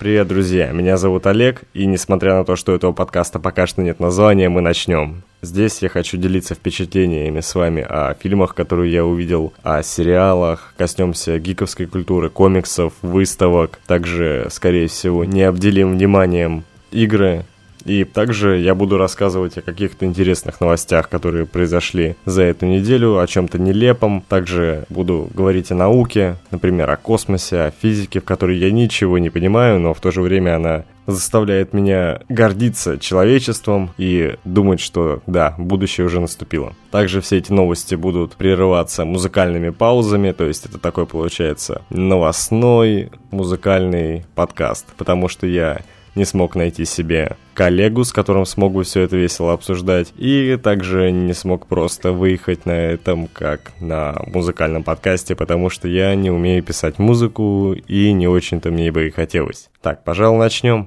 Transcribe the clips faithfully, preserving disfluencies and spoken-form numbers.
Привет, друзья, меня зовут Олег, и несмотря на то, что у этого подкаста пока что нет названия, мы начнем. Здесь я хочу делиться впечатлениями с вами о фильмах, которые я увидел, о сериалах, коснемся гиковской культуры, комиксов, выставок, также, скорее всего, не обделим вниманием игры. И также я буду рассказывать о каких-то интересных новостях, которые произошли за эту неделю, о чем-то нелепом. Также буду говорить о науке, например, о космосе, о физике, в которой я ничего не понимаю, но в то же время она заставляет меня гордиться человечеством и думать, что да, будущее уже наступило. Также все эти новости будут прерываться музыкальными паузами, то есть это такой получается новостной музыкальный подкаст, потому что я не смог найти себе коллегу, с которым смогу все это весело обсуждать, и также не смог просто выехать на этом как на музыкальном подкасте, потому что я не умею писать музыку, и не очень-то мне бы и хотелось. Так, пожалуй, начнем.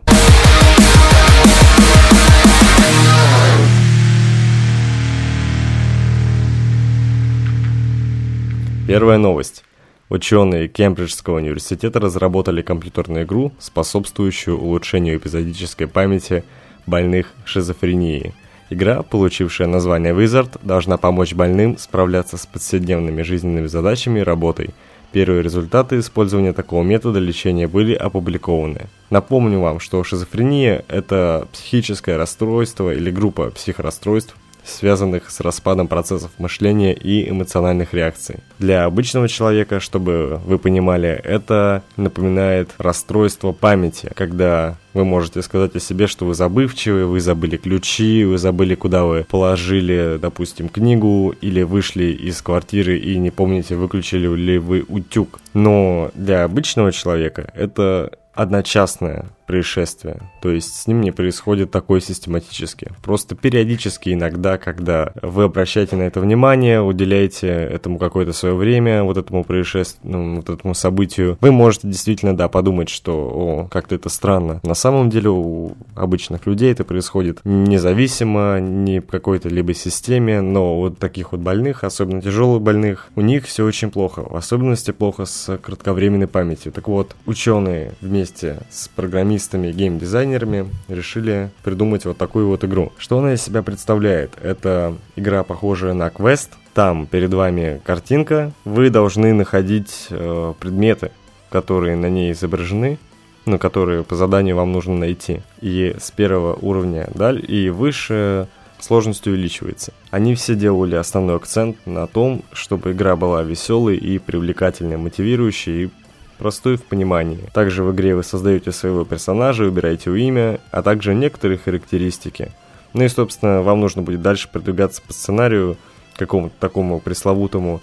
Первая новость. Ученые Кембриджского университета разработали компьютерную игру, способствующую улучшению эпизодической памяти больных шизофренией. Игра, получившая название Wizard, должна помочь больным справляться с повседневными жизненными задачами и работой. Первые результаты использования такого метода лечения были опубликованы. Напомню вам, что шизофрения – это психическое расстройство или группа психорасстройств, связанных с распадом процессов мышления и эмоциональных реакций. Для обычного человека, чтобы вы понимали, это напоминает расстройство памяти, когда вы можете сказать о себе, что вы забывчивы, вы забыли ключи, вы забыли, куда вы положили, допустим, книгу, или вышли из квартиры и не помните, выключили ли вы утюг. Но для обычного человека это одночасное происшествие, то есть с ним не происходит такое систематически. Просто периодически иногда, когда вы обращаете на это внимание, уделяете этому какое-то свое время, вот этому происшествию, ну, вот этому событию, вы можете действительно, да, подумать, что, о, как-то это странно. На самом деле у обычных людей это происходит независимо, ни в какой-то либо системе, но вот таких вот больных, особенно тяжелых больных, у них все очень плохо, в особенности плохо с кратковременной памятью. Так вот, ученые вместе с программистами и геймдизайнерами решили придумать вот такую вот игру. Что она из себя представляет? Это игра, похожая на квест. Там перед вами картинка, вы должны находить э, предметы, которые на ней изображены, ну, которые по заданию вам нужно найти. И с первого уровня далее и выше сложность увеличивается. Они все делали основной акцент на том, чтобы игра была веселой и привлекательной, мотивирующей и простой в понимании. Также в игре вы создаете своего персонажа, выбираете его имя, а также некоторые характеристики. Ну и, собственно, вам нужно будет дальше продвигаться по сценарию, какому-то такому пресловутому,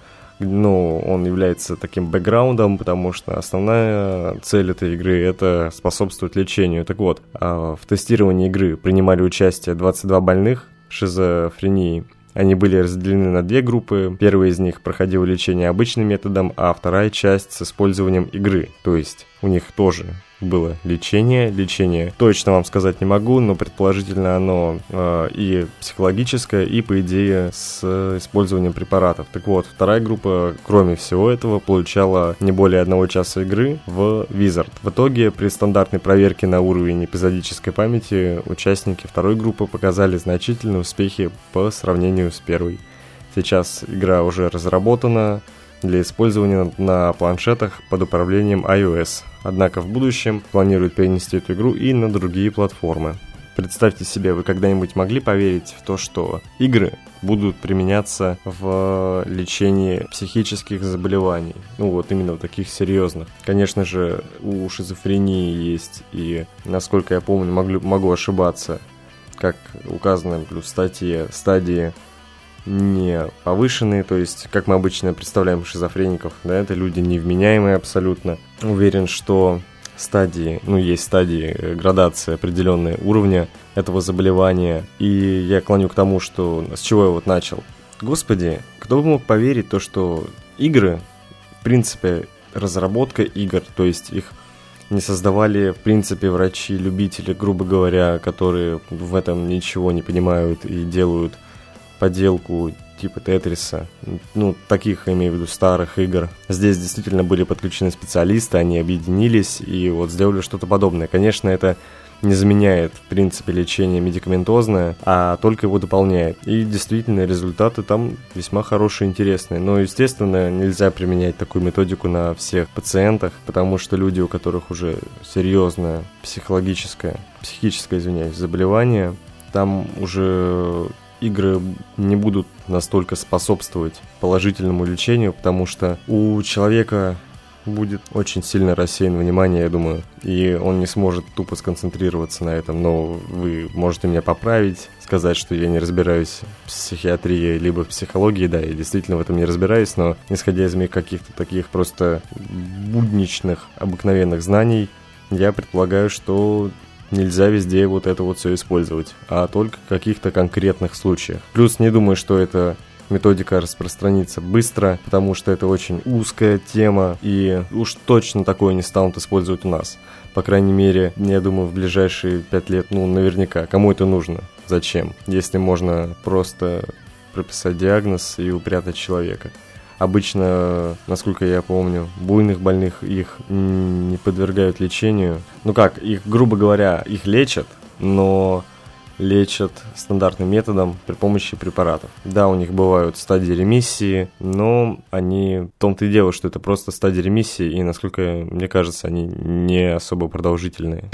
но он является таким бэкграундом, потому что основная цель этой игры – это способствовать лечению. Так вот, в тестировании игры принимали участие двадцать два больных шизофрении. Они были разделены на две группы. Первая из них проходила лечение обычным методом, а вторая часть с использованием игры. То есть у них тоже было лечение. Лечение точно вам сказать не могу, но предположительно оно э, и психологическое, и, по идее, с использованием препаратов. Так вот, вторая группа, кроме всего этого, получала не более одного часа игры в Wizard. В итоге, при стандартной проверке на уровень эпизодической памяти, участники второй группы показали значительные успехи по сравнению с первой. Сейчас игра уже разработана для использования на планшетах под управлением iOS. Однако в будущем планируют перенести эту игру и на другие платформы. Представьте себе, вы когда-нибудь могли поверить в то, что игры будут применяться в лечении психических заболеваний? Ну вот именно вот таких серьезных. Конечно же, у шизофрении есть, и, насколько я помню, могу, могу ошибаться, как указано в статье, стадии не повышенные, то есть, как мы обычно представляем шизофреников, да, это люди невменяемые абсолютно. Уверен, что стадии, ну, есть стадии градации определенные уровня этого заболевания, и я клоню к тому, что с чего я вот начал. Господи, кто бы мог поверить то, что игры, в принципе, разработка игр, то есть их не создавали, в принципе, врачи-любители, грубо говоря, которые в этом ничего не понимают и делают поделку типа Тетриса, ну, таких, я имею в виду, старых игр. Здесь действительно были подключены специалисты, они объединились и вот сделали что-то подобное. Конечно, это не заменяет, в принципе, лечение медикаментозное, а только его дополняет. И действительно, результаты там весьма хорошие и интересные. Но, естественно, нельзя применять такую методику на всех пациентах, потому что люди, у которых уже серьезное психологическое, психическое, извиняюсь, заболевание, там уже игры не будут настолько способствовать положительному лечению, потому что у человека будет очень сильно рассеяно внимание, я думаю, и он не сможет тупо сконцентрироваться на этом. Но вы можете меня поправить, сказать, что я не разбираюсь в психиатрии либо в психологии. Да, я действительно в этом не разбираюсь, но исходя из моих каких-то таких просто будничных, обыкновенных знаний, я предполагаю, что нельзя везде вот это вот все использовать, а только в каких-то конкретных случаях. Плюс не думаю, что это методика распространится быстро, потому что это очень узкая тема, и уж точно такое не станут использовать у нас. По крайней мере, я думаю, в ближайшие пять лет, ну, наверняка. Кому это нужно? Зачем? Если можно просто прописать диагноз и упрятать человека. Обычно, насколько я помню, буйных больных их не подвергают лечению. Ну как, их, грубо говоря, их лечат, но лечат стандартным методом при помощи препаратов. Да, у них бывают стадии ремиссии, но они... В том-то и дело, что это просто стадии ремиссии, и, насколько мне кажется, они не особо продолжительные.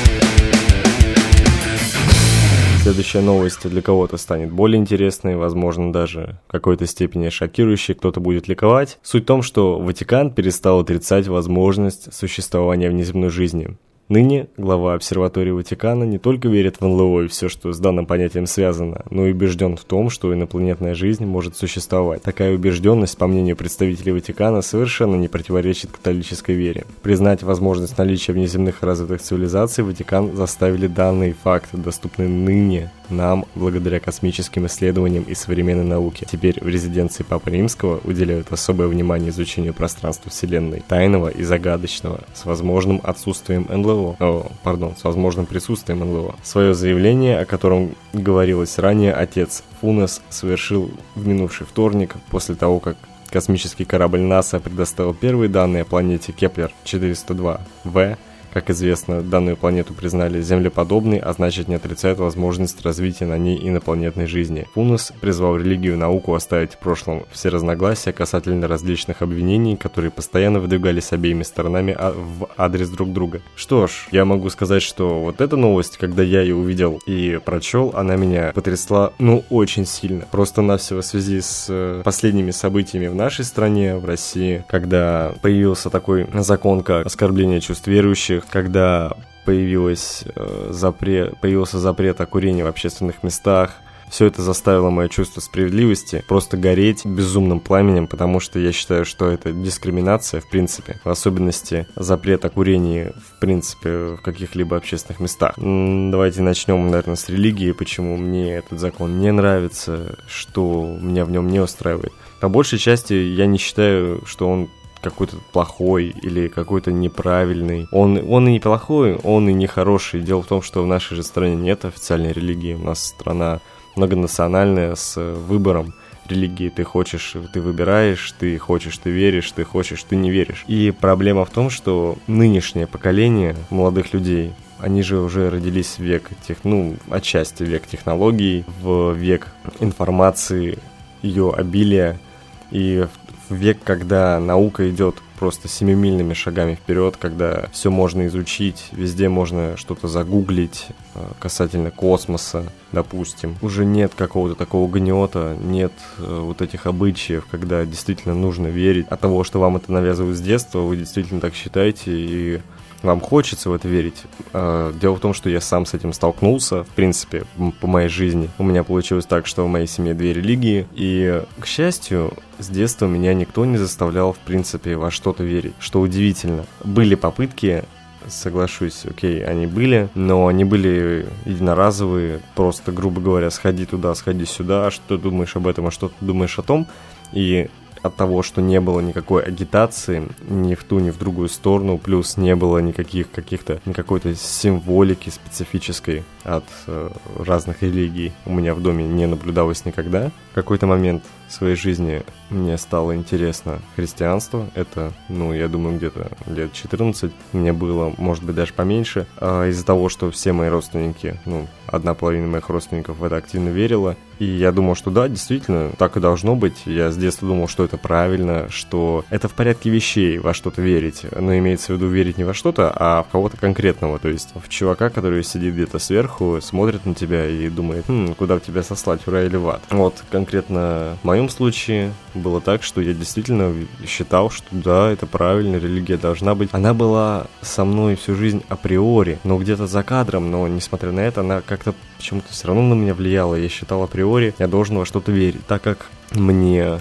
Следующая новость для кого-то станет более интересной, возможно, даже в какой-то степени шокирующей, кто-то будет ликовать. Суть в том, что Ватикан перестал отрицать возможность существования внеземной жизни. Ныне глава обсерватории Ватикана не только верит в эн эл о и все, что с данным понятием связано, но и убежден в том, что инопланетная жизнь может существовать. Такая убежденность, по мнению представителей Ватикана, совершенно не противоречит католической вере. Признать возможность наличия внеземных развитых цивилизаций Ватикан заставили данные факты, доступные ныне нам благодаря космическим исследованиям и современной науке. Теперь в резиденции Папы Римского уделяют особое внимание изучению пространства Вселенной, тайного и загадочного, с возможным отсутствием эн эл о. О, пардон, с возможным присутствием эн эл о. Свое заявление, о котором говорилось ранее, отец Фунес совершил в минувший вторник, после того, как космический корабль НАСА предоставил первые данные о планете Кеплер четыреста два вэ. Как известно, данную планету признали землеподобной, а значит не отрицает возможность развития на ней инопланетной жизни. Фунес призвал религию и науку оставить в прошлом все разногласия касательно различных обвинений, которые постоянно выдвигались обеими сторонами в адрес друг друга. Что ж, я могу сказать, что вот эта новость, когда я ее увидел и прочел, она меня потрясла, ну, очень сильно. Просто-навсего в связи с последними событиями в нашей стране, в России, когда появился такой закон, как оскорбление чувств верующих, когда появилось, э, запрет, появился запрет о курении в общественных местах. Все это заставило мое чувство справедливости просто гореть безумным пламенем, потому что я считаю, что это дискриминация, в принципе, в особенности запрет о курении, в принципе, в каких-либо общественных местах. Давайте начнем, наверное, с религии, почему мне этот закон не нравится, что меня в нем не устраивает. По большей части я не считаю, что он какой-то плохой или какой-то неправильный. Он, он и не плохой, он и не хороший. Дело в том, что в нашей же стране нет официальной религии. У нас страна многонациональная, с выбором религии. Ты хочешь, ты выбираешь, ты хочешь, ты веришь, ты хочешь, ты не веришь. И проблема в том, что нынешнее поколение молодых людей, они же уже родились в век тех, ну, отчасти век технологий, в век информации, ее обилия, и в век, когда наука идет просто семимильными шагами вперед, когда все можно изучить, везде можно что-то загуглить касательно космоса, допустим. Уже нет какого-то такого гнета, нет вот этих обычаев, когда действительно нужно верить. От того, что вам это навязывают с детства, вы действительно так считаете, и вам хочется в это верить. Дело в том, что я сам с этим столкнулся, в принципе, по моей жизни. У меня получилось так, что в моей семье две религии, и, к счастью, с детства меня никто не заставлял, в принципе, во что-то верить, что удивительно. Были попытки, соглашусь, окей, они были, но они были единоразовые, просто, грубо говоря, сходи туда, сходи сюда, а что ты думаешь об этом, а что ты думаешь о том, и от того, что не было никакой агитации ни в ту, ни в другую сторону, плюс не было никаких каких-то, никакой-то символики специфической от э, разных религий у меня в доме не наблюдалось никогда. В какой-то момент в своей жизни мне стало интересно христианство. Это, ну, я думаю, где-то лет четырнадцать мне было, может быть, даже поменьше. А из-за того, что все мои родственники, ну, одна половина моих родственников в это активно верила. И я думал, что да, действительно, так и должно быть. Я с детства думал, что это правильно, что это в порядке вещей во что-то верить. Но имеется в виду верить не во что-то, а в кого-то конкретного. То есть в чувака, который сидит где-то сверху, смотрит на тебя и думает, хм, куда бы тебя сослать, в рай или в ад. Вот конкретно в моем случае было так, что я действительно считал, что да, это правильно, религия должна быть. Она была со мной всю жизнь априори, но где-то за кадром, но несмотря на это, она как-то почему-то все равно на меня влияла. Я считал априори, я должен во что-то верить, так как мне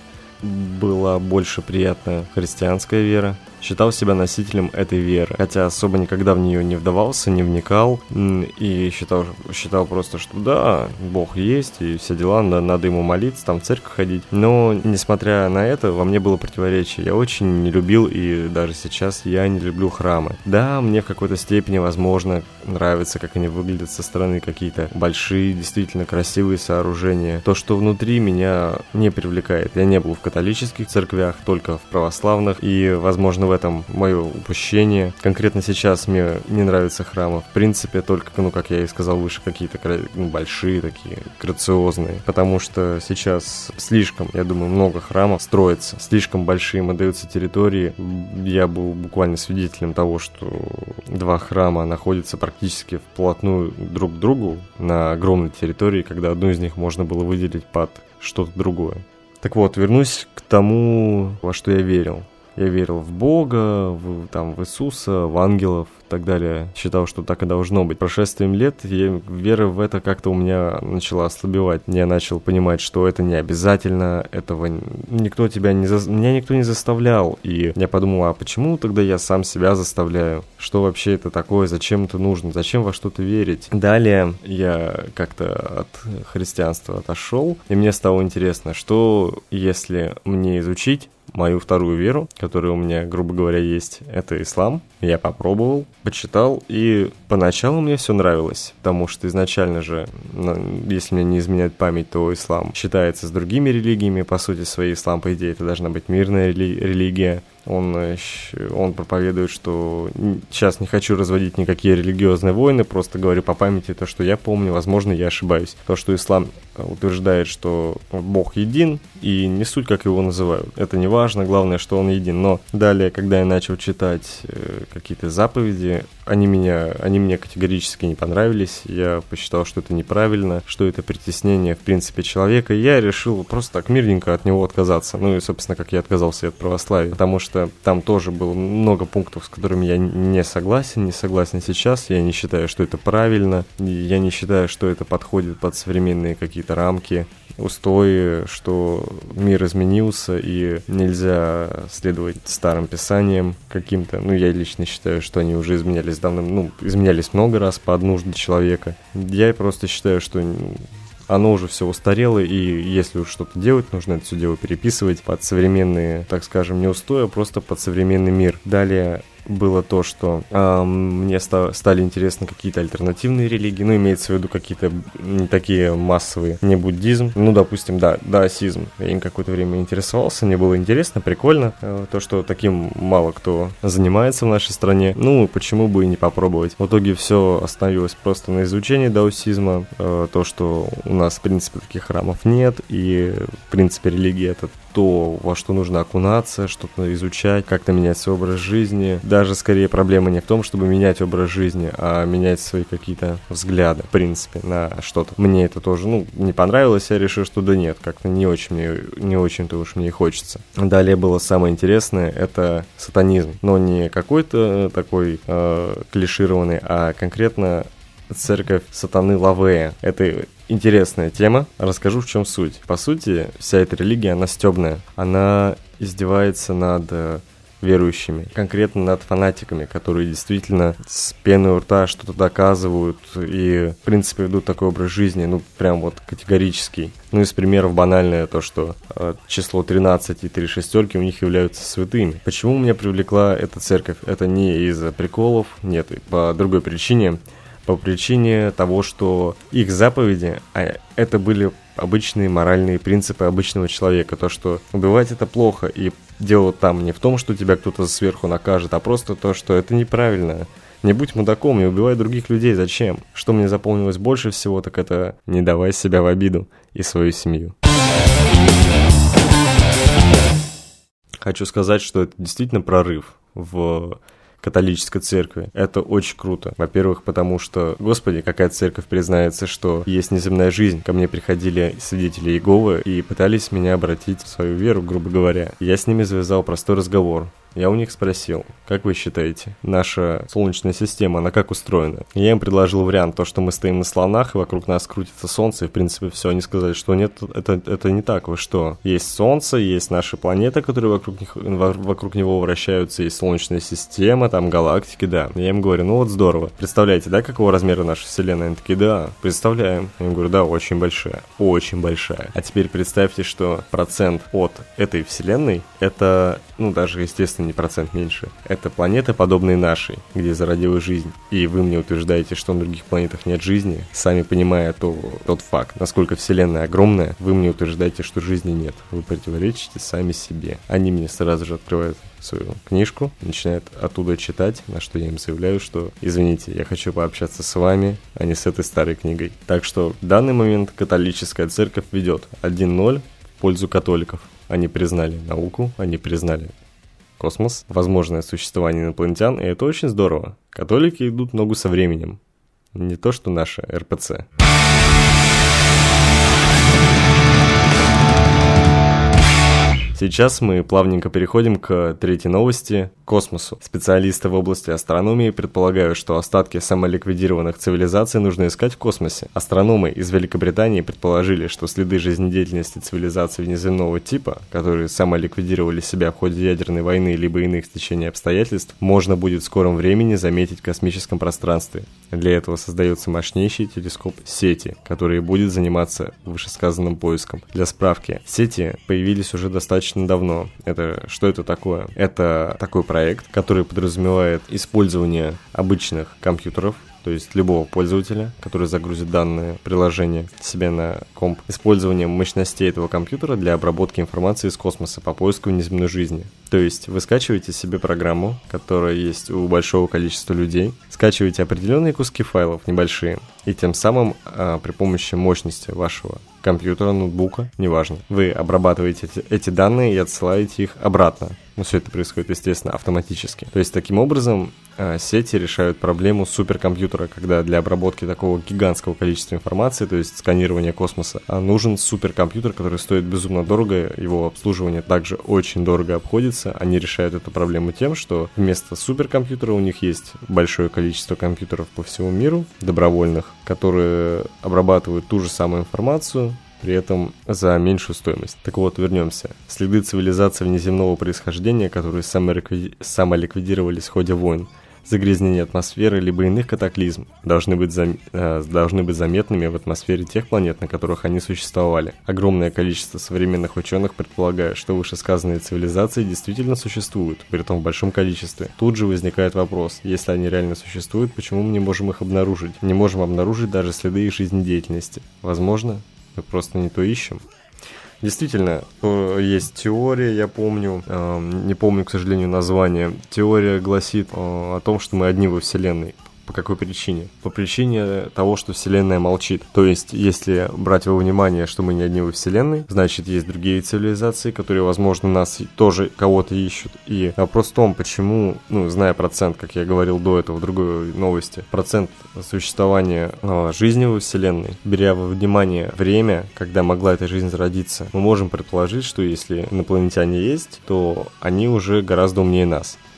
была больше приятна христианская вера. Считал себя носителем этой веры, хотя особо никогда в нее не вдавался, не вникал, и считал, считал просто, что да, Бог есть, и все дела, надо ему молиться, там в церковь ходить. Но, несмотря на это, во мне было противоречие. Я очень не любил, и даже сейчас я не люблю храмы. Да, мне в какой-то степени, возможно, нравится, как они выглядят со стороны, какие-то большие, действительно красивые сооружения. То, что внутри, меня не привлекает. Я не был в католических церквях, только в православных, и, возможно, в этом мое упущение. Конкретно сейчас мне не нравятся храмы. В принципе, только, ну, как я и сказал выше, какие-то ну, большие, такие, грациозные. Потому что сейчас слишком, я думаю, много храмов строится. Слишком большие им отдаются территории. Я был буквально свидетелем того, что два храма находятся практически вплотную друг к другу на огромной территории, когда одну из них можно было выделить под что-то другое. Так вот, вернусь к тому, во что я верил. Я верил в Бога, в, там, в Иисуса, в ангелов и так далее. Считал, что так и должно быть. Прошествием лет я, вера в это как-то у меня начала ослабевать. Я начал понимать, что это не обязательно, этого никто тебя не... За... Меня никто не заставлял. И я подумал, а почему тогда я сам себя заставляю? Что вообще это такое? Зачем это нужно? Зачем во что-то верить? Далее я как-то от христианства отошел, и мне стало интересно, что если мне изучить мою вторую веру, которая у меня, грубо говоря, есть, это ислам. Я попробовал, почитал, и поначалу мне все нравилось, потому что изначально же, если мне не изменяет память, то ислам считается с другими религиями, по сути своей ислам, по идее, это должна быть мирная рели- религия. Он, он проповедует, что сейчас не хочу разводить никакие религиозные войны, просто говорю по памяти то, что я помню, возможно, я ошибаюсь. То, что ислам утверждает, что Бог един, и не суть, как его называют. Это не важно, главное, что он един. Но далее, когда я начал читать какие-то заповеди, они, меня, они мне категорически не понравились. Я посчитал, что это неправильно, что это притеснение, в принципе, человека. И я решил просто так мирненько от него отказаться. Ну и, собственно, как я отказался от православия. Потому что там тоже было много пунктов, с которыми я не согласен, не согласен сейчас. Я не считаю, что это правильно. Я не считаю, что это подходит под современные какие-то рамки, устои, что мир изменился и нельзя следовать старым писаниям каким-то. Ну, я лично считаю, что они уже изменялись давно, ну, изменялись много раз под нужды человека. Я просто считаю, что оно уже все устарело, и если уж что-то делать, нужно это все дело переписывать под современные, так скажем, не устои, а просто под современный мир. Далее было то, что э, мне ста- стали интересны какие-то альтернативные религии, ну, имеется в виду какие-то не такие массовые, не буддизм, ну, допустим, да, даосизм. Я им какое-то время интересовался, мне было интересно, прикольно, э, то, что таким мало кто занимается в нашей стране, ну, почему бы и не попробовать. В итоге все остановилось просто на изучении даосизма, э, то, что у нас, в принципе, таких храмов нет, и, в принципе, религия — это то, во что нужно окунаться, что-то изучать, как-то менять свой образ жизни. Даже скорее проблема не в том, чтобы менять образ жизни, а менять свои какие-то взгляды, в принципе, на что-то. Мне это тоже, ну, не понравилось, я решил, что да нет, как-то не очень мне, не очень-то уж мне и хочется. Далее было самое интересное, это сатанизм. Но не какой-то такой э, клишированный, а конкретно церковь сатаны Лавея. Это интересная тема. Расскажу, в чем суть. По сути, вся эта религия, она стёбная. Она издевается над верующими, конкретно над фанатиками, которые действительно с пеной у рта что-то доказывают и, в принципе, ведут такой образ жизни, ну, прям вот категорический. Ну, из примеров банальное то, что э, число тринадцать и три шестерки у них являются святыми. Почему меня привлекла эта церковь? Это не из-за приколов, нет, по другой причине. По причине того, что их заповеди, а это были обычные моральные принципы обычного человека. То, что убивать это плохо, и дело там не в том, что тебя кто-то сверху накажет, а просто то, что это неправильно. Не будь мудаком, не убивай других людей, зачем? Что мне запомнилось больше всего, так это не давай себя в обиду и свою семью. Хочу сказать, что это действительно прорыв в католической церкви. Это очень круто. Во-первых, потому что, Господи, какая церковь признается, что есть неземная жизнь. Ко мне приходили свидетели Иеговы и пытались меня обратить в свою веру, грубо говоря. Я с ними завязал простой разговор. Я у них спросил, как вы считаете, наша Солнечная система, она как устроена? Я им предложил вариант, то, что мы стоим на слонах, и вокруг нас крутится Солнце, и в принципе все. Они сказали, что нет, это, это не так, вы что? Есть Солнце, есть наши планеты, которые вокруг, них, вокруг него вращаются, есть Солнечная система, там галактики, да. Я им говорю, ну вот здорово. Представляете, да, какого размера наша Вселенная? Они такие, да, представляем. Я им говорю, да, очень большая, очень большая. А теперь представьте, что процент от этой Вселенной, это, ну даже, естественно, не процент меньше. Это планеты, подобные нашей, где зародилась жизнь. И вы мне утверждаете, что на других планетах нет жизни, сами понимая то, тот факт, насколько Вселенная огромная, вы мне утверждаете, что жизни нет. Вы противоречите сами себе. Они мне сразу же открывают свою книжку, начинают оттуда читать, на что я им заявляю, что извините, я хочу пообщаться с вами, а не с этой старой книгой. Так что в данный момент католическая церковь ведет один ноль в пользу католиков. Они признали науку, они признали космос, возможное существование инопланетян, и это очень здорово. Католики идут ногу со временем. Не то, что наша эр пэ цэ. Сейчас мы плавненько переходим к третьей новости – космосу. Специалисты в области астрономии предполагают, что остатки самоликвидированных цивилизаций нужно искать в космосе. Астрономы из Великобритании предположили, что следы жизнедеятельности цивилизаций внеземного типа, которые самоликвидировали себя в ходе ядерной войны либо иных стечений обстоятельств, можно будет в скором времени заметить в космическом пространстве. Для этого создается мощнейший телескоп сети, который будет заниматься вышесказанным поиском. Для справки, сети появились уже достаточно давно. Это что это такое? Это такой проект, который подразумевает использование обычных компьютеров, то есть любого пользователя, который загрузит данное приложение себе на комп, использование мощностей этого компьютера для обработки информации из космоса по поиску внеземной жизни. То есть вы скачиваете себе программу, которая есть у большого количества людей, скачиваете определенные куски файлов небольшие, и тем самым а, при помощи мощности вашего компьютера, ноутбука, неважно, вы обрабатываете эти, эти данные и отсылаете их обратно. Но все это происходит, естественно, автоматически. То есть таким образом а, сети решают проблему суперкомпьютера, когда для обработки такого гигантского количества информации, то есть сканирования космоса, а, нужен суперкомпьютер, который стоит безумно дорого, его обслуживание также очень дорого обходится. Они решают эту проблему тем, что вместо суперкомпьютера у них есть большое количество компьютеров по всему миру, добровольных, которые обрабатывают ту же самую информацию, при этом за меньшую стоимость. Так вот, вернемся. Следы цивилизации внеземного происхождения, которые самоликви... самоликвидировались в ходе войн, загрязнения атмосферы либо иных катаклизм, должны быть, зам... э, должны быть заметными в атмосфере тех планет, на которых они существовали. Огромное количество современных ученых предполагает, что вышесказанные цивилизации действительно существуют, при этом в большом количестве. Тут же возникает вопрос, если они реально существуют, почему мы не можем их обнаружить? Не можем обнаружить даже следы их жизнедеятельности. Возможно, мы просто не то ищем. Действительно, есть теория, я помню, не помню, к сожалению, название. Теория гласит о том, что мы одни во Вселенной. По какой причине? По причине того, что Вселенная молчит. То есть, если брать во внимание, что мы не одни во Вселенной, значит, есть другие цивилизации, которые, возможно, нас тоже кого-то ищут. И вопрос в том, почему, ну, зная процент, как я говорил до этого в другой новости, процент существования э, жизни во Вселенной, беря во внимание время, когда могла эта жизнь зародиться, мы можем предположить, что если инопланетяне есть, то они уже гораздо умнее нас.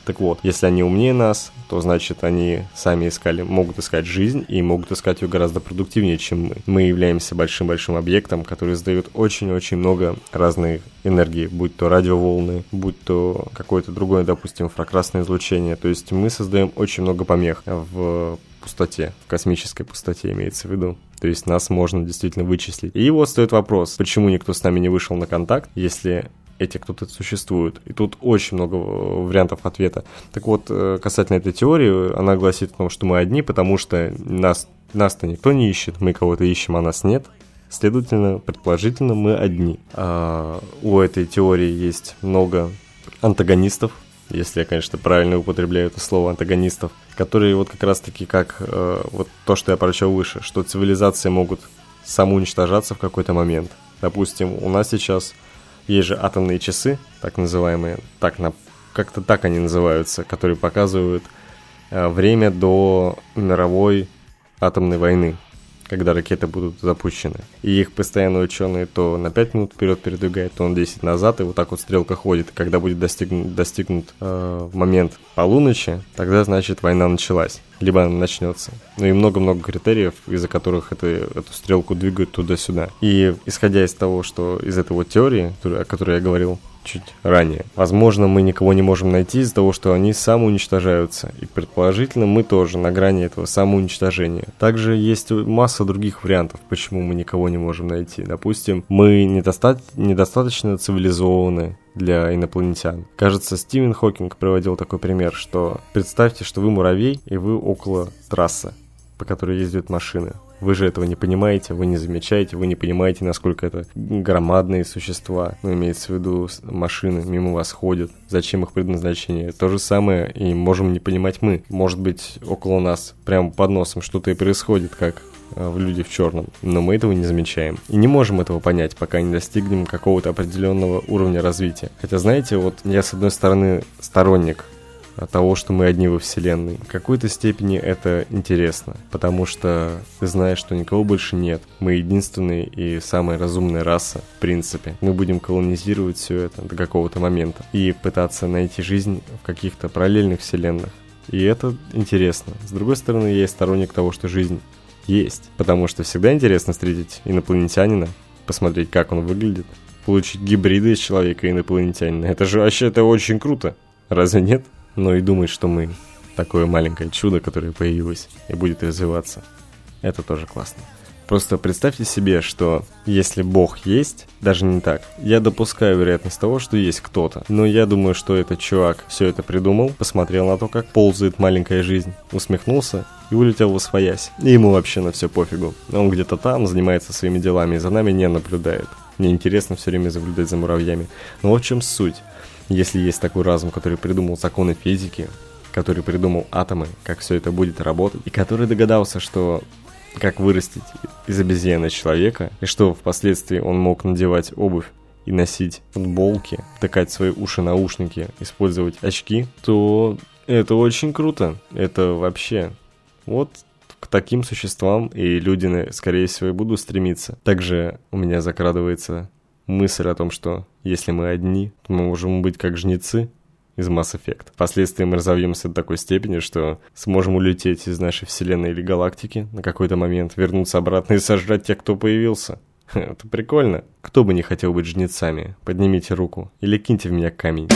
Так вот, если они умнее нас, то значит они сами искали, могут искать жизнь и могут искать ее гораздо продуктивнее, чем мы. Мы являемся большим-большим объектом, который издает очень-очень много разной энергии, будь то радиоволны, будь то какое-то другое, допустим, инфракрасное излучение. То есть мы создаем очень много помех в пустоте, в космической пустоте имеется в виду. То есть нас можно действительно вычислить. И вот стоит вопрос, почему никто с нами не вышел на контакт, если эти кто-то существует. И тут очень много вариантов ответа. Так вот, касательно этой теории, она гласит о том, что мы одни, потому что нас, нас-то никто не ищет, мы кого-то ищем, а нас нет. Следовательно, предположительно, мы одни. А у этой теории есть много антагонистов, если я, конечно, правильно употребляю это слово, антагонистов, которые вот как раз-таки как э, вот то, что я прочел выше, что цивилизации могут самоуничтожаться в какой-то момент. Допустим, у нас сейчас есть же атомные часы, так называемые, так, на, как-то так они называются, которые показывают э, время до мировой атомной войны, когда ракеты будут запущены. И их постоянно ученые то на пять минут вперед передвигают, то на десять назад, и вот так вот стрелка ходит. И когда будет достигнут, достигнут э, момент полуночи, тогда, значит, война началась. Либо она начнется. Ну и много-много критериев, из-за которых это, эту стрелку двигают туда-сюда. И исходя из того, что из этой вот теории, о которой я говорил чуть ранее, возможно, мы никого не можем найти из-за того, что они самоуничтожаются. И предположительно, мы тоже на грани этого самоуничтожения. Также есть масса других вариантов, почему мы никого не можем найти. Допустим, мы недоста- недостаточно цивилизованы для инопланетян. Кажется, Стивен Хокинг приводил такой пример, что представьте, что вы муравей, и вы около трассы, по которой ездят машины. Вы же этого не понимаете, вы не замечаете, вы не понимаете, насколько это громадные существа. Ну, имеется в виду, машины мимо вас ходят. Зачем их предназначение? То же самое и можем не понимать мы. Может быть, около нас, прямо под носом что-то и происходит, как в «Люди в черном», но мы этого не замечаем. И не можем этого понять, пока не достигнем какого-то определенного уровня развития. Хотя, знаете, вот я, с одной стороны, сторонник того, что мы одни во Вселенной. В какой-то степени это интересно, потому что ты знаешь, что никого больше нет. Мы единственные и самая разумная раса, в принципе. Мы будем колонизировать все это до какого-то момента и пытаться найти жизнь в каких-то параллельных вселенных. И это интересно. С другой стороны, я и сторонник того, что жизнь есть, потому что всегда интересно встретить инопланетянина, посмотреть, как он выглядит, получить гибриды из человека и инопланетянина. Это же вообще это очень круто. Разве нет? Но и думать, что мы такое маленькое чудо, которое появилось и будет развиваться, это тоже классно. Просто представьте себе, что если Бог есть, даже не так, я допускаю вероятность того, что есть кто-то, но я думаю, что этот чувак все это придумал, посмотрел на то, как ползает маленькая жизнь, усмехнулся и улетел восвоясь. И ему вообще на все пофигу. Он где-то там занимается своими делами и за нами не наблюдает. Мне интересно все время наблюдать за муравьями. Но вот в чем суть. Если есть такой разум, который придумал законы физики, который придумал атомы, как все это будет работать, и который догадался, что как вырастить из обезьяны человека, и что впоследствии он мог надевать обувь и носить футболки, втыкать в свои уши наушники, использовать очки, то это очень круто. Это вообще вот к таким существам и люди, скорее всего, и будут стремиться. Также у меня закрадывается мысль о том, что если мы одни, то мы можем быть как жнецы из Mass Effect. Впоследствии мы разовьемся до такой степени, что сможем улететь из нашей вселенной или галактики на какой-то момент, вернуться обратно и сожрать тех, кто появился. Это прикольно. Кто бы не хотел быть жнецами? Поднимите руку или киньте в меня камень.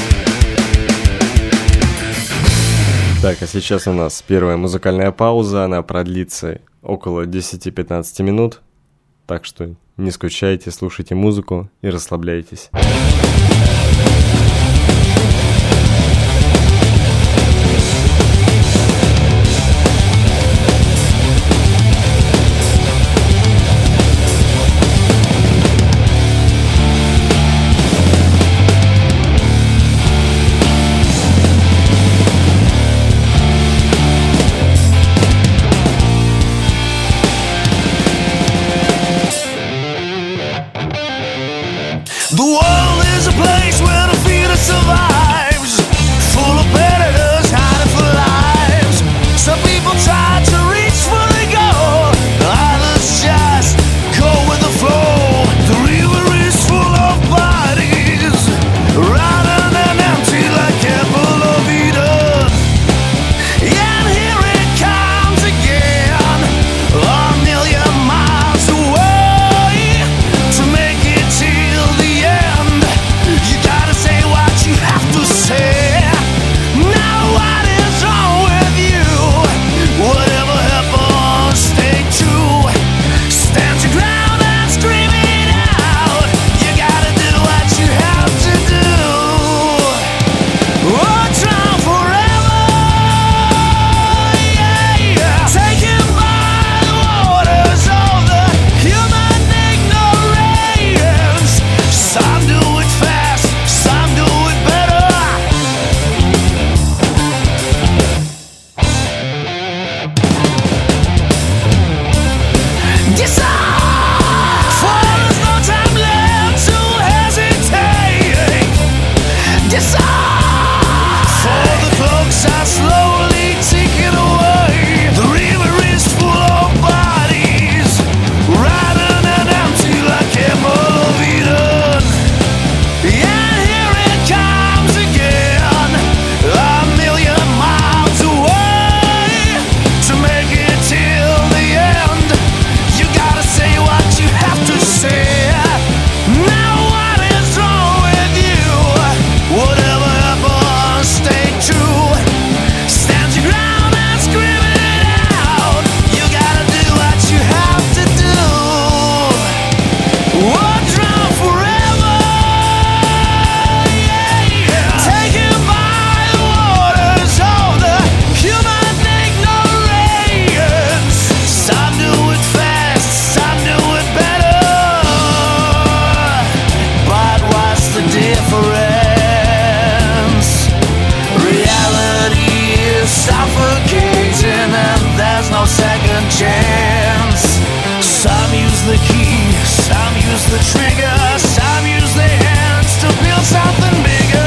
Так, а сейчас у нас первая музыкальная пауза. Она продлится около десять-пятнадцать минут. Так что не скучайте, слушайте музыку и расслабляйтесь. The wall is no second chance. Some use the key, some use the trigger, some use their hands to build something bigger.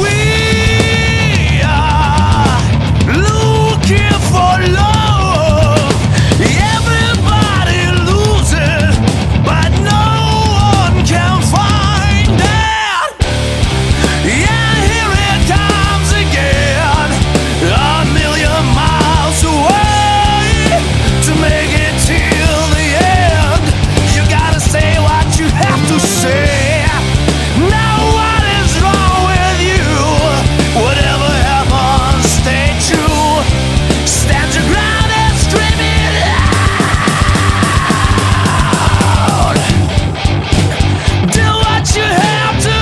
We are looking for love. Everybody loses, but no one can find it. Yeah, here it comes again, a million miles away to make it till the end. You gotta say what you have to say. Now what is wrong with you? Whatever happens, stay true. Stand your ground and scream it out. Do what you have to.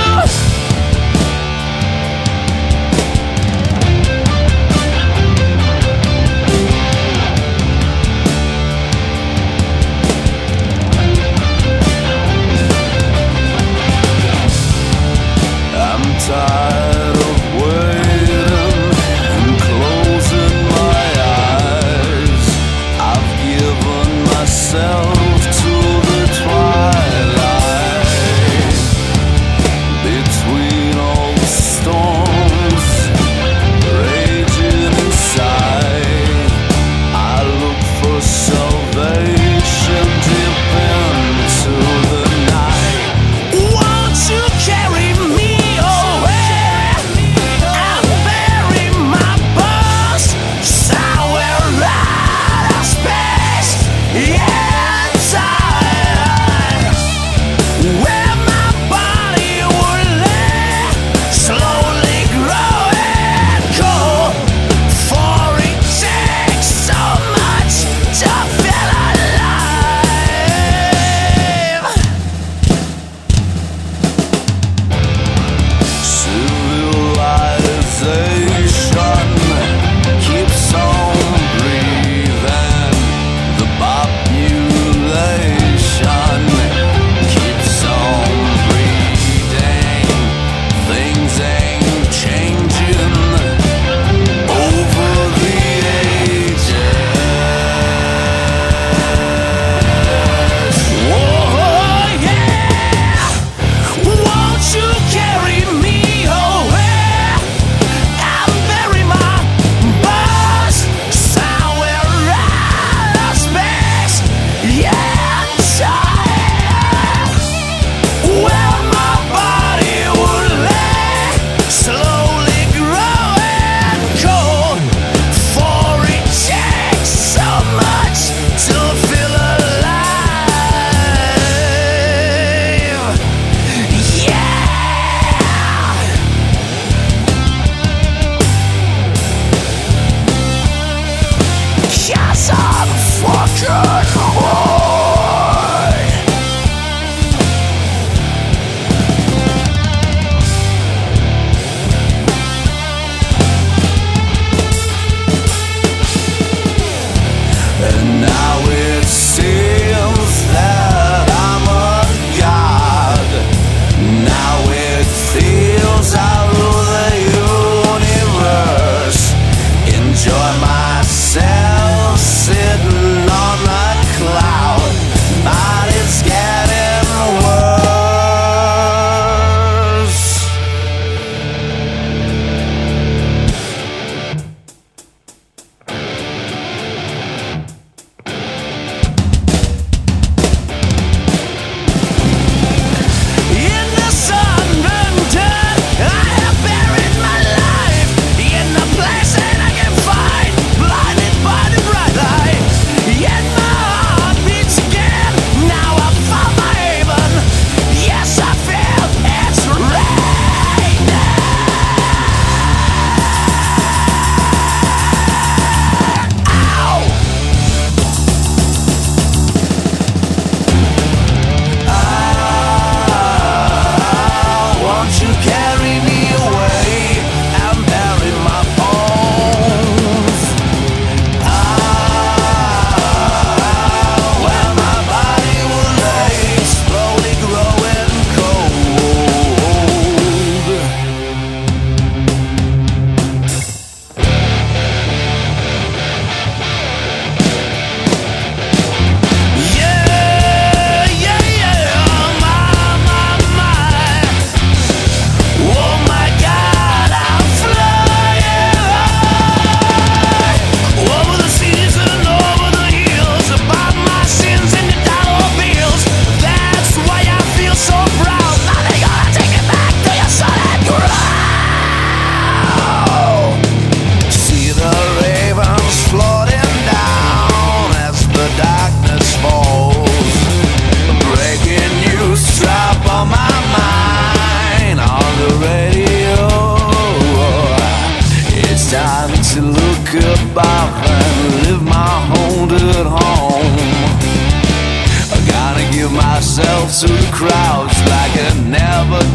I'm tired of waiting and closing my eyes. I've given myself to the twilight. Between all the storms raging inside, I look for salvation deep into the night. Won't you carry me away and bury my bones somewhere out of space? Yeah,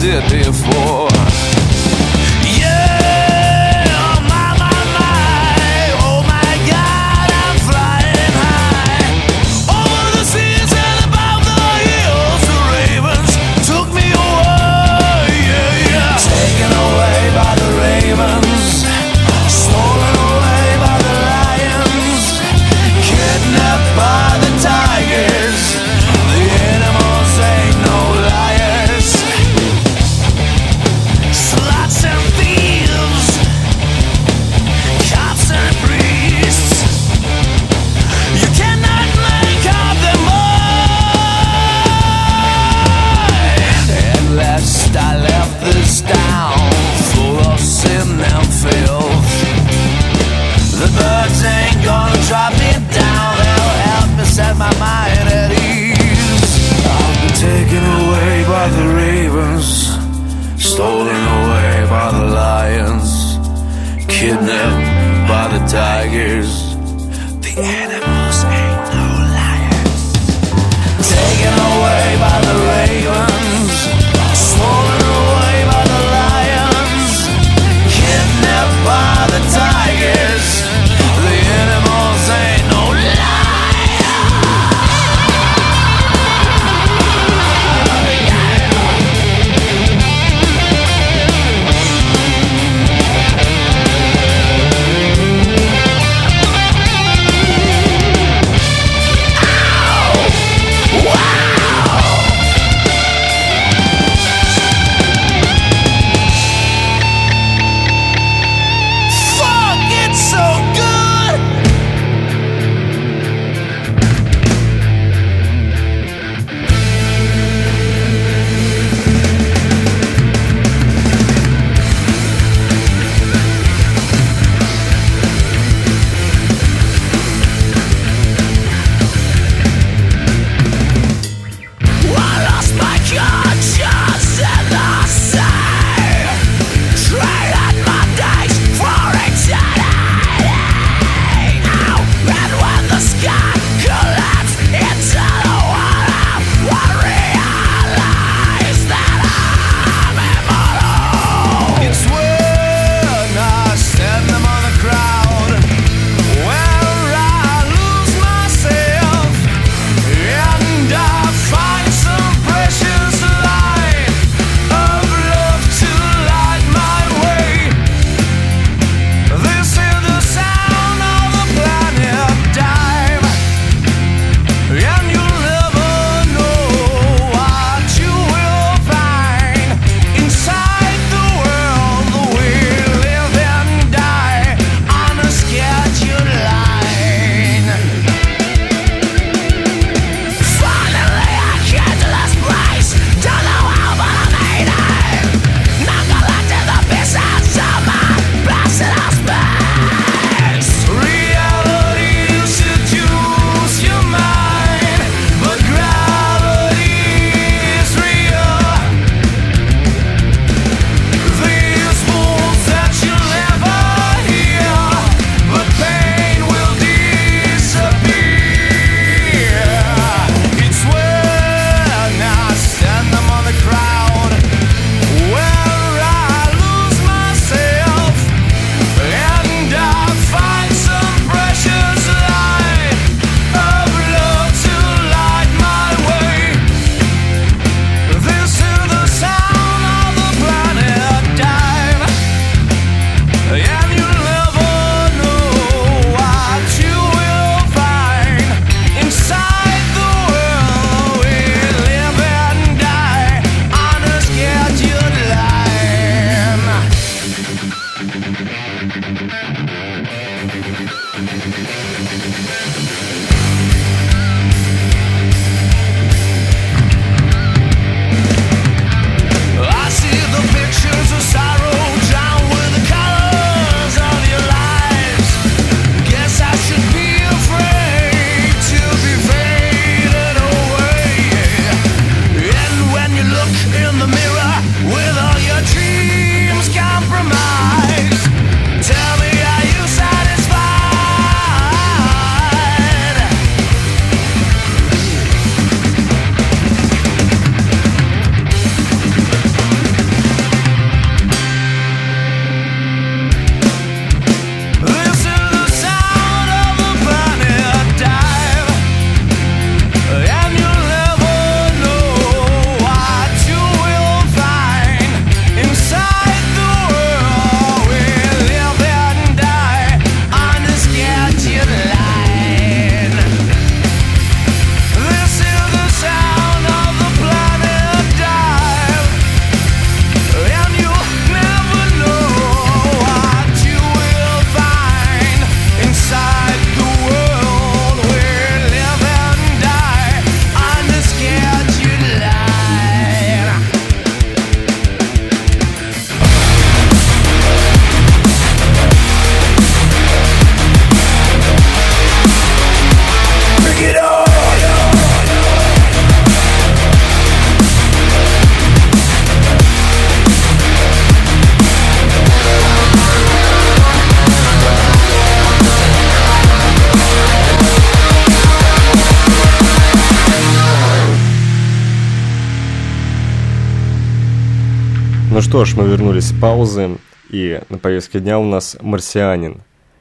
did before. Stolen away by the lions, kidnapped by the tigers. The animals ain't no liars. Taken away by the ravens, stolen away by the lions, kidnapped by the tigers. The animals ain't no liars. Ну что ж, мы вернулись с паузы, и на повестке дня у нас «Марсианин».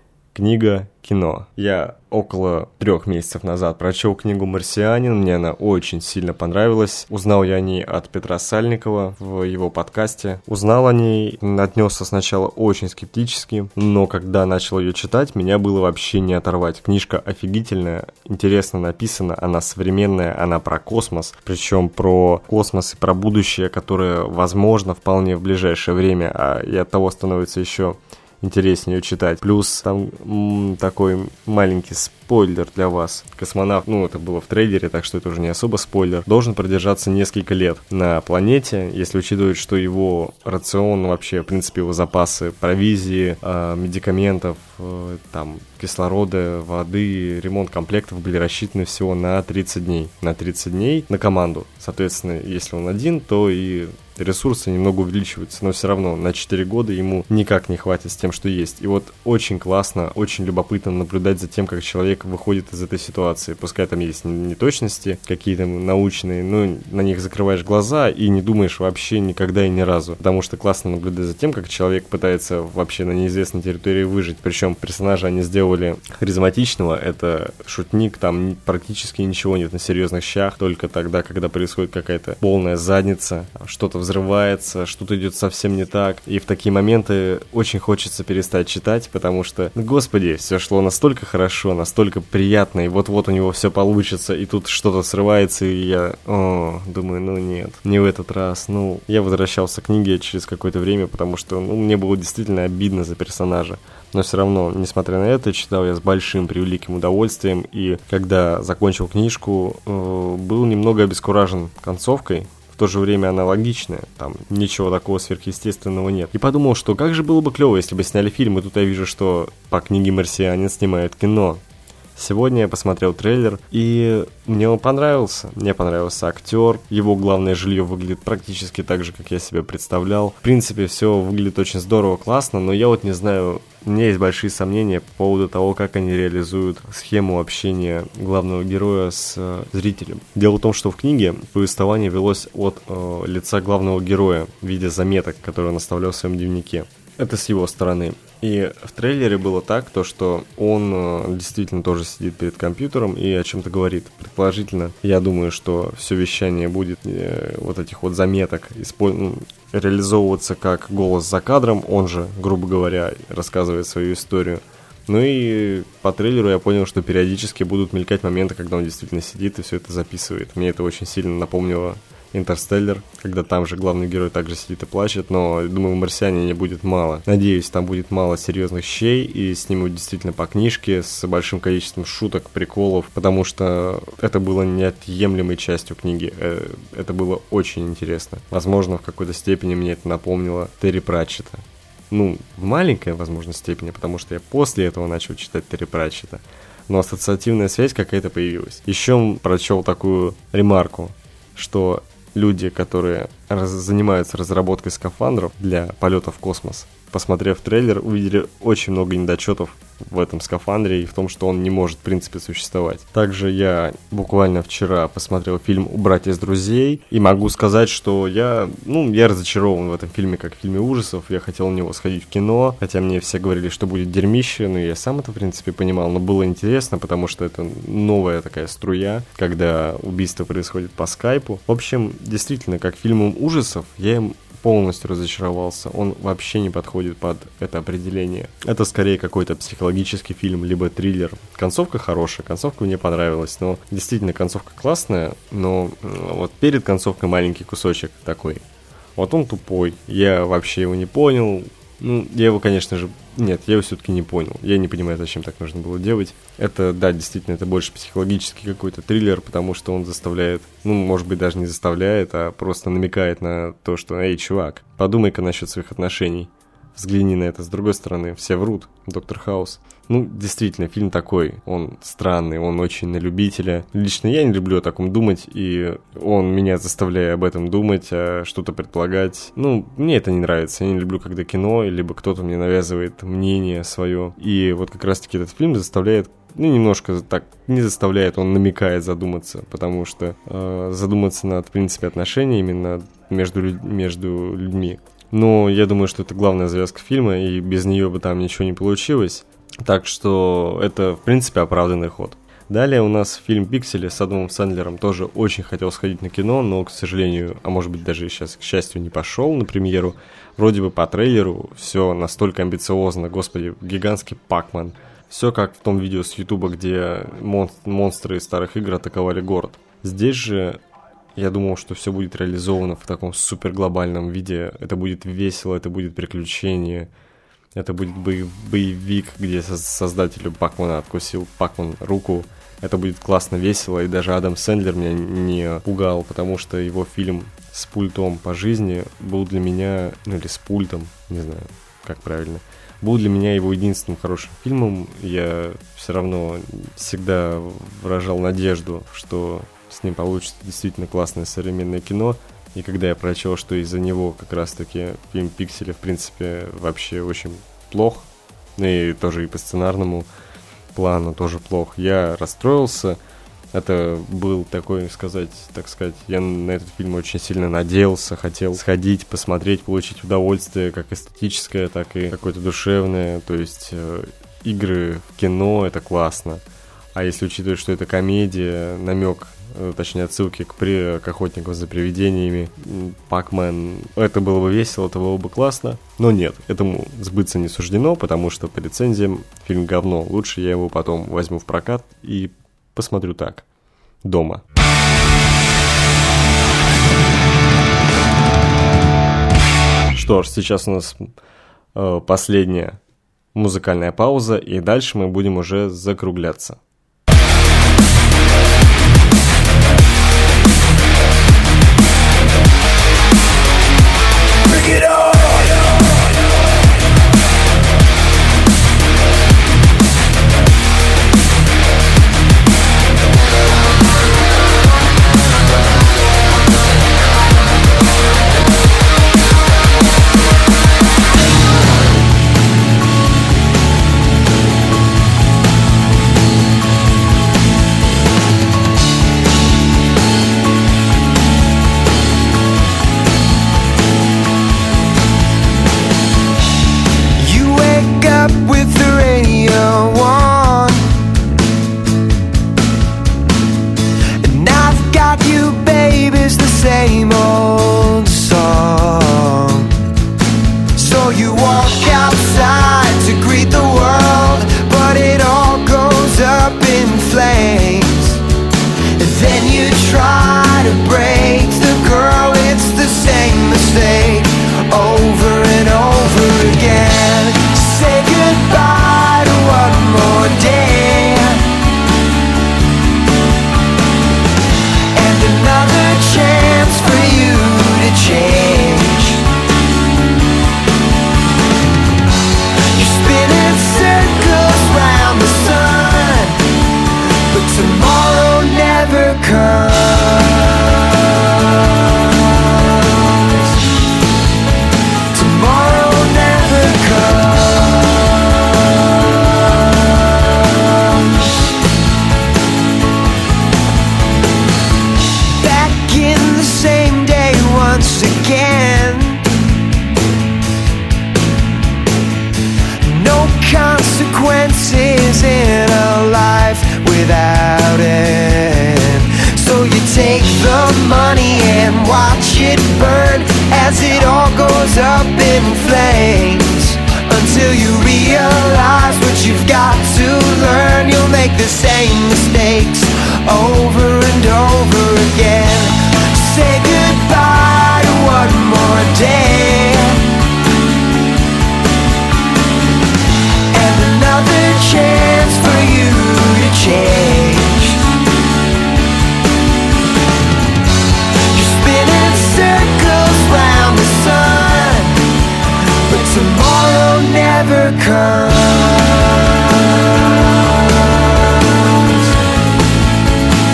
Книга, кино. Я около трех месяцев назад прочел книгу «Марсианин», мне она очень сильно понравилась. Узнал я о ней от Петра Сальникова в его подкасте. Узнал о ней, отнесся сначала очень скептически, но когда начал ее читать, меня было вообще не оторвать. Книжка офигительная, интересно написана, она современная, она про космос, причем про космос и про будущее, которое возможно вполне в ближайшее время, а и от того становится еще интереснее читать. Плюс там м, такой маленький спойлер для вас. Космонавт, ну это было в трейлере, так что это уже не особо спойлер, должен продержаться несколько лет на планете, если учитывать, что его рацион, вообще, в принципе, его запасы провизии, э, медикаментов, э, там, кислорода, воды, ремонт комплектов были рассчитаны всего на тридцать дней. На тридцать дней на команду. Соответственно, если он один, то и ресурсы немного увеличиваются, но все равно на четыре года ему никак не хватит с тем, что есть. И вот очень классно, очень любопытно наблюдать за тем, как человек выходит из этой ситуации. Пускай там есть неточности какие-то научные, но на них закрываешь глаза и не думаешь вообще никогда и ни разу. Потому что классно наблюдать за тем, как человек пытается вообще на неизвестной территории выжить. Причем персонажа они сделали харизматичного, это шутник, там практически ничего нет на серьезных щах, только тогда, когда происходит какая-то полная задница, что-то взрывается, что-то идет совсем не так. И в такие моменты очень хочется перестать читать, потому что, господи, все шло настолько хорошо, настолько приятно, и вот-вот у него все получится, и тут что-то срывается, и я, о, думаю, ну нет, не в этот раз. Ну, я возвращался к книге через какое-то время, потому что, ну, мне было действительно обидно за персонажа. Но все равно, несмотря на это, читал я с большим превеликим удовольствием, и когда закончил книжку, э, был немного обескуражен концовкой. В то же время она логичная, там ничего такого сверхъестественного нет. И подумал, что как же было бы клево, если бы сняли фильм, и тут я вижу, что по книге «Марсианин» снимают кино. Сегодня я посмотрел трейлер, и мне он понравился. Мне понравился актер, его главное жилье выглядит практически так же, как я себе представлял. В принципе, все выглядит очень здорово, классно, но я вот не знаю, у меня есть большие сомнения по поводу того, как они реализуют схему общения главного героя с э, зрителем. Дело в том, что в книге повествование велось от э, лица главного героя в виде заметок, которые он оставлял в своем дневнике. Это с его стороны. И в трейлере было так, то, что он э, действительно тоже сидит перед компьютером и о чем-то говорит. Предположительно, я думаю, что все вещание будет э, вот этих вот заметок использ... реализовываться как голос за кадром, он же, грубо говоря, рассказывает свою историю. Ну и по трейлеру я понял, что периодически будут мелькать моменты, когда он действительно сидит и все это записывает. Мне это очень сильно напомнило «Интерстеллар», когда там же главный герой также сидит и плачет, но, думаю, в «Марсианине» будет мало. Надеюсь, там будет мало серьезных щей, и снимут действительно по книжке с большим количеством шуток, приколов, потому что это было неотъемлемой частью книги. Это было очень интересно. Возможно, в какой-то степени мне это напомнило Терри Пратчетта. Ну, в маленькой, возможно, степени, потому что я после этого начал читать Терри Пратчетта. Но ассоциативная связь какая-то появилась. Еще прочел такую ремарку, что люди, которые раз- занимаются разработкой скафандров для полета в космос, посмотрев трейлер, увидели очень много недочетов в этом скафандре и в том, что он не может, в принципе, существовать. Также я буквально вчера посмотрел фильм «Убрать из друзей», и могу сказать, что я, ну, я разочарован в этом фильме, как в фильме ужасов. Я хотел на него сходить в кино, хотя мне все говорили, что будет дерьмище, но я сам это, в принципе, понимал. Но было интересно, потому что это новая такая струя, когда убийство происходит по скайпу. В общем, действительно, как фильмом ужасов, я им полностью разочаровался. Он вообще не подходит под это определение. Это скорее какой-то психологический фильм, либо триллер. Концовка хорошая, концовка мне понравилась, но действительно концовка классная, но вот перед концовкой маленький кусочек такой. Вот он тупой, я вообще его не понял. Ну, я его, конечно же... Нет, я его все-таки не понял. Я не понимаю, зачем так нужно было делать. Это, да, действительно, это больше психологический какой-то триллер, потому что он заставляет... Ну, может быть, даже не заставляет, а просто намекает на то, что «Эй, чувак, подумай-ка насчет своих отношений. Взгляни на это с другой стороны. Все врут. Доктор Хаус». Ну, действительно, фильм такой. Он странный, он очень на любителя. Лично я не люблю о таком думать, и он меня заставляет об этом думать, а что-то предполагать. Ну, мне это не нравится. Я не люблю, когда кино, либо кто-то мне навязывает мнение свое. И вот как раз-таки этот фильм заставляет, ну, немножко так, не заставляет, он намекает задуматься, потому что э, задуматься над, в принципе, отношениями над, между, между людьми но я думаю, что это главная завязка фильма, и без нее бы там ничего не получилось. Так что это, в принципе, оправданный ход. Далее у нас фильм «Пиксели» с Адамом Сэндлером. Тоже очень хотел сходить на кино, но, к сожалению, а может быть даже сейчас, к счастью, не пошел на премьеру. Вроде бы по трейлеру все настолько амбициозно, господи, гигантский Пак-Ман. Все как в том видео с Ютуба, где мон- монстры из старых игр атаковали город. Здесь же я думал, что все будет реализовано в таком супер глобальном виде. Это будет весело, это будет приключение. Это будет боев- боевик, где со- создателю Пакмана откусил Пакман руку. Это будет классно, весело, и даже Адам Сэндлер меня не пугал, потому что его фильм с пультом по жизни был для меня, ну или с пультом, не знаю, как правильно, был для меня его единственным хорошим фильмом. Я все равно всегда выражал надежду, что с ним получится действительно классное современное кино. И когда я прочел, что из-за него как раз-таки фильм «Пиксели» в принципе вообще очень плох, и тоже и по сценарному плану тоже плох, я расстроился. Это был такой, сказать, так сказать, я на этот фильм очень сильно надеялся, хотел сходить, посмотреть, получить удовольствие, как эстетическое, так и какое-то душевное. То есть э, игры в кино — это классно. А если учитывать, что это комедия, намек, точнее отсылки к, при... к охотникам за привидениями, Пак-Мэн, это было бы весело, это было бы классно. Но нет, этому сбыться не суждено, потому что по рецензиям фильм говно. Лучше я его потом возьму в прокат и посмотрю так, дома. Что ж, сейчас у нас э, последняя музыкальная пауза, и дальше мы будем уже закругляться. Bring it on! Comes.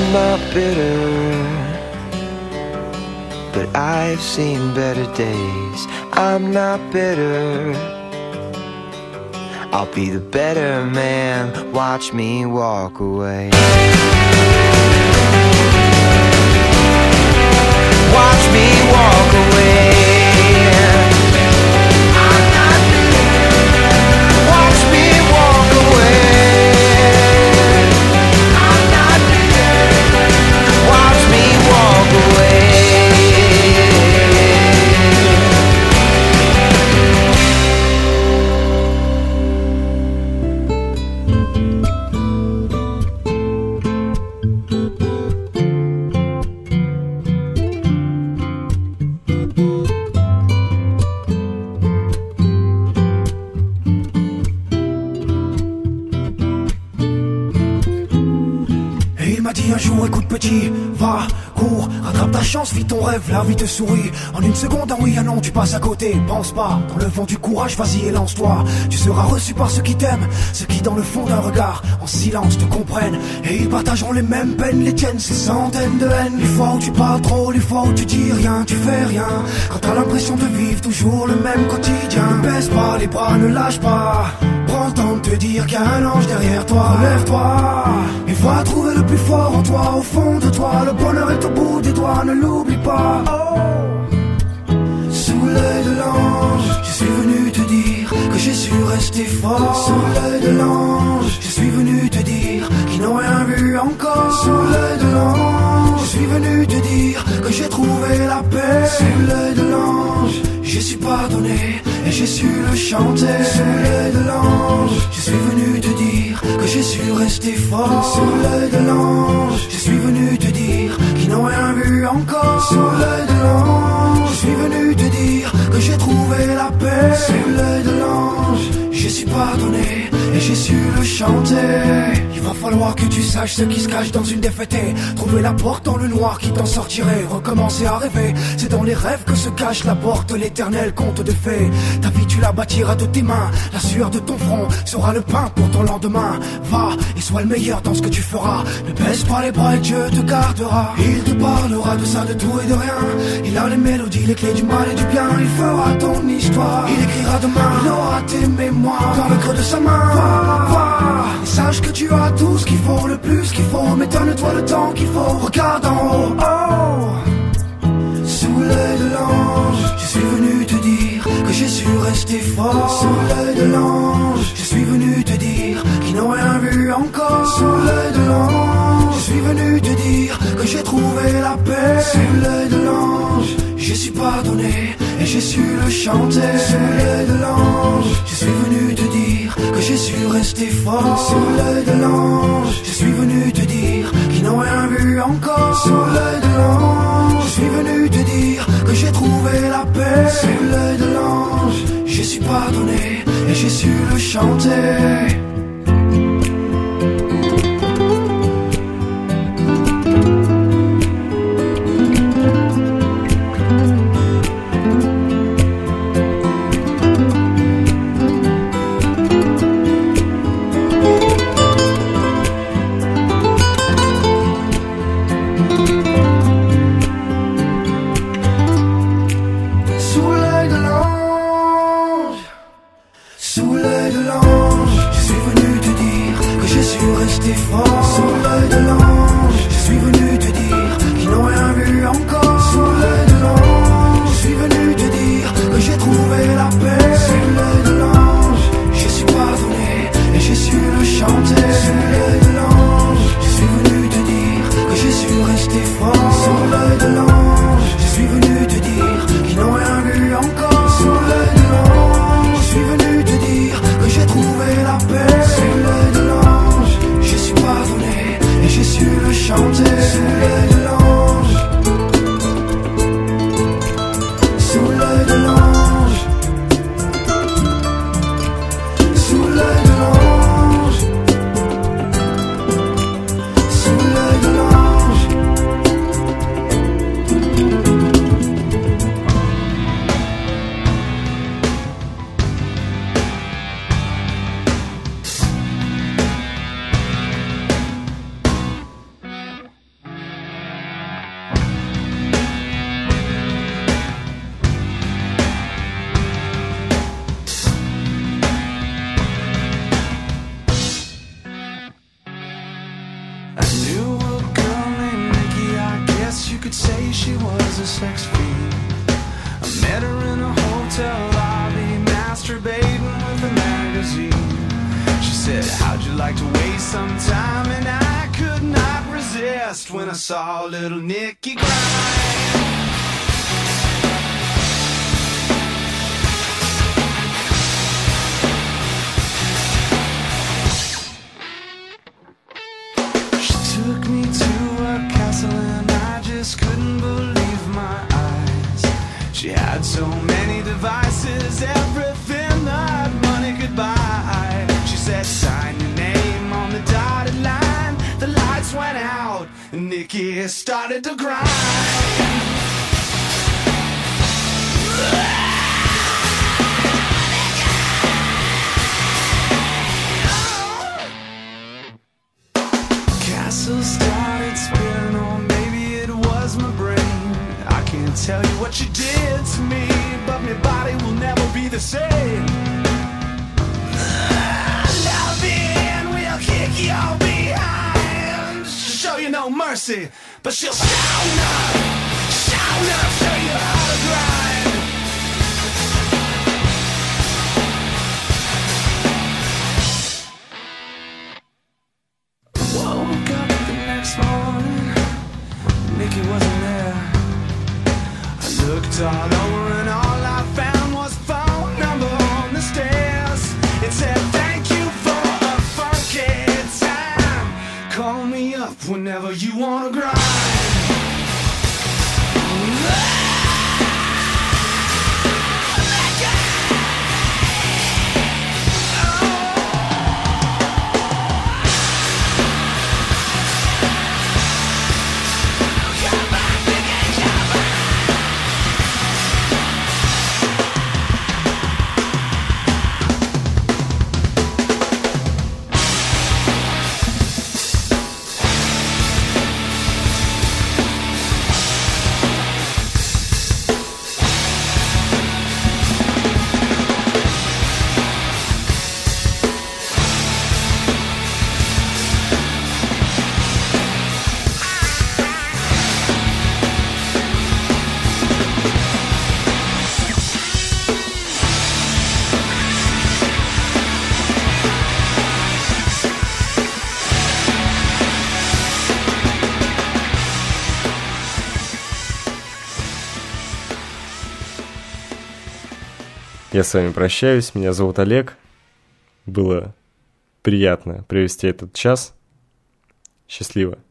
I'm not bitter, but I've seen better days. I'm not bitter, I'll be the better man. Watch me walk away. Watch me walk away. I'm not bitter. Watch me walk away. I'm not bitter. Watch me walk away. Écoute petit, va, cours, rattrape ta chance, vis ton rêve, la vie te sourit. En une seconde, un oui, un non, tu passes à côté. Pense pas, dans le vent du courage, vas-y et lance-toi. Tu seras reçu par ceux qui t'aiment, ceux qui dans le fond d'un regard, en silence te comprennent. Et ils partageront les mêmes peines, les tiennes, ces centaines de haines. Les fois où tu parles trop, les fois où tu dis rien, tu fais rien. Quand t'as l'impression de vivre toujours le même quotidien. Ne baisse pas les bras, ne lâche pas. Prends le temps de te dire qu'il y a un ange derrière toi. Lève-toi et va trouver le plus fort en toi, au fond de toi. Le bonheur est au bout des doigts, ne l'oublie pas. Oh. Sous l'œil de l'ange, je suis venu te dire que j'ai su rester fort. Sous l'œil de l'ange, je suis venu te dire qu'ils n'ont rien vu encore. Sous l'œil de l'ange, je suis venu te dire que j'ai trouvé la paix. Sous l'œil de l'ange, je suis pardonné et j'ai su le chanter. Sous l'œil de l'ange, je suis venu te dire que j'ai su rester fort. Sous l'œil de l'ange, je suis venu te dire qu'ils n'ont rien vu encore. Sous l'œil de l'ange, je suis venu te dire que j'ai trouvé la paix. Sous l'œil de l'ange, je suis pardonné et j'ai su le chanter. Il va falloir que tu saches ce qui se cache dans une défaite. Trouver la porte dans le noir qui t'en sortirait. Recommencer à rêver, c'est dans les rêves que se cache la porte, l'éternel conte de fées. Ta vie tu la bâtiras de tes mains, la sueur de ton front sera le pain pour ton lendemain. Va et sois le meilleur dans ce que tu feras. Ne baisse pas les bras et Dieu te gardera. Il te parlera de ça, de tout et de rien. Il a les mélodies, les clés du mal et du bien. Il fera ton histoire, il écrira demain. Il aura tes mémoires dans le creux de sa main. Va, va, et sache que tu as tout ce qu'il faut, le plus qu'il faut. Mais donne-toi le temps qu'il faut. Regarde en haut, oh. Sous l'œil de l'ange, je suis venu te dire que j'ai su rester fort. Sous l'œil de l'ange, je suis venu te dire qu'ils n'ont rien vu encore. Sous l'œil de l'ange, je suis venu te dire que j'ai trouvé la paix. Sous l'œil de l'ange, je suis pardonné et j'ai su le chanter. Sous l'œil de l'ange, je suis venu te dire que j'ai su rester fort. Sous l'œil de l'ange, je suis venu te dire qu'ils n'ont rien vu encore. Sous l'œil de l'ange, je suis venu te dire que j'ai trouvé la paix. Sous l'œil de l'ange, je suis pardonné et j'ai su le chanter. sex fiend. I met her in a hotel lobby, masturbating with a magazine. She said, how'd you like to waste some time? And I could not resist when I saw little Nikki grind. Took me to a castle and I just couldn't believe my eyes. She had so many devices, everything that money could buy. She said, sign your name on the dotted line. The lights went out and Nikki started to grind. Castle started spinning, or maybe it was my brain. I can't tell you what you did to me, but my body will never be the same. Loving will kick your behind, she'll show you no mercy, but she'll show enough, show enough, show you how to grind. Woke up the next morning, Nikki wasn't there. I looked all over and all I found was a phone number on the stairs. It said, thank you for a funky time. Call me up whenever you wanna grind. Я с вами прощаюсь, меня зовут Олег. Было приятно провести этот час. Счастливо.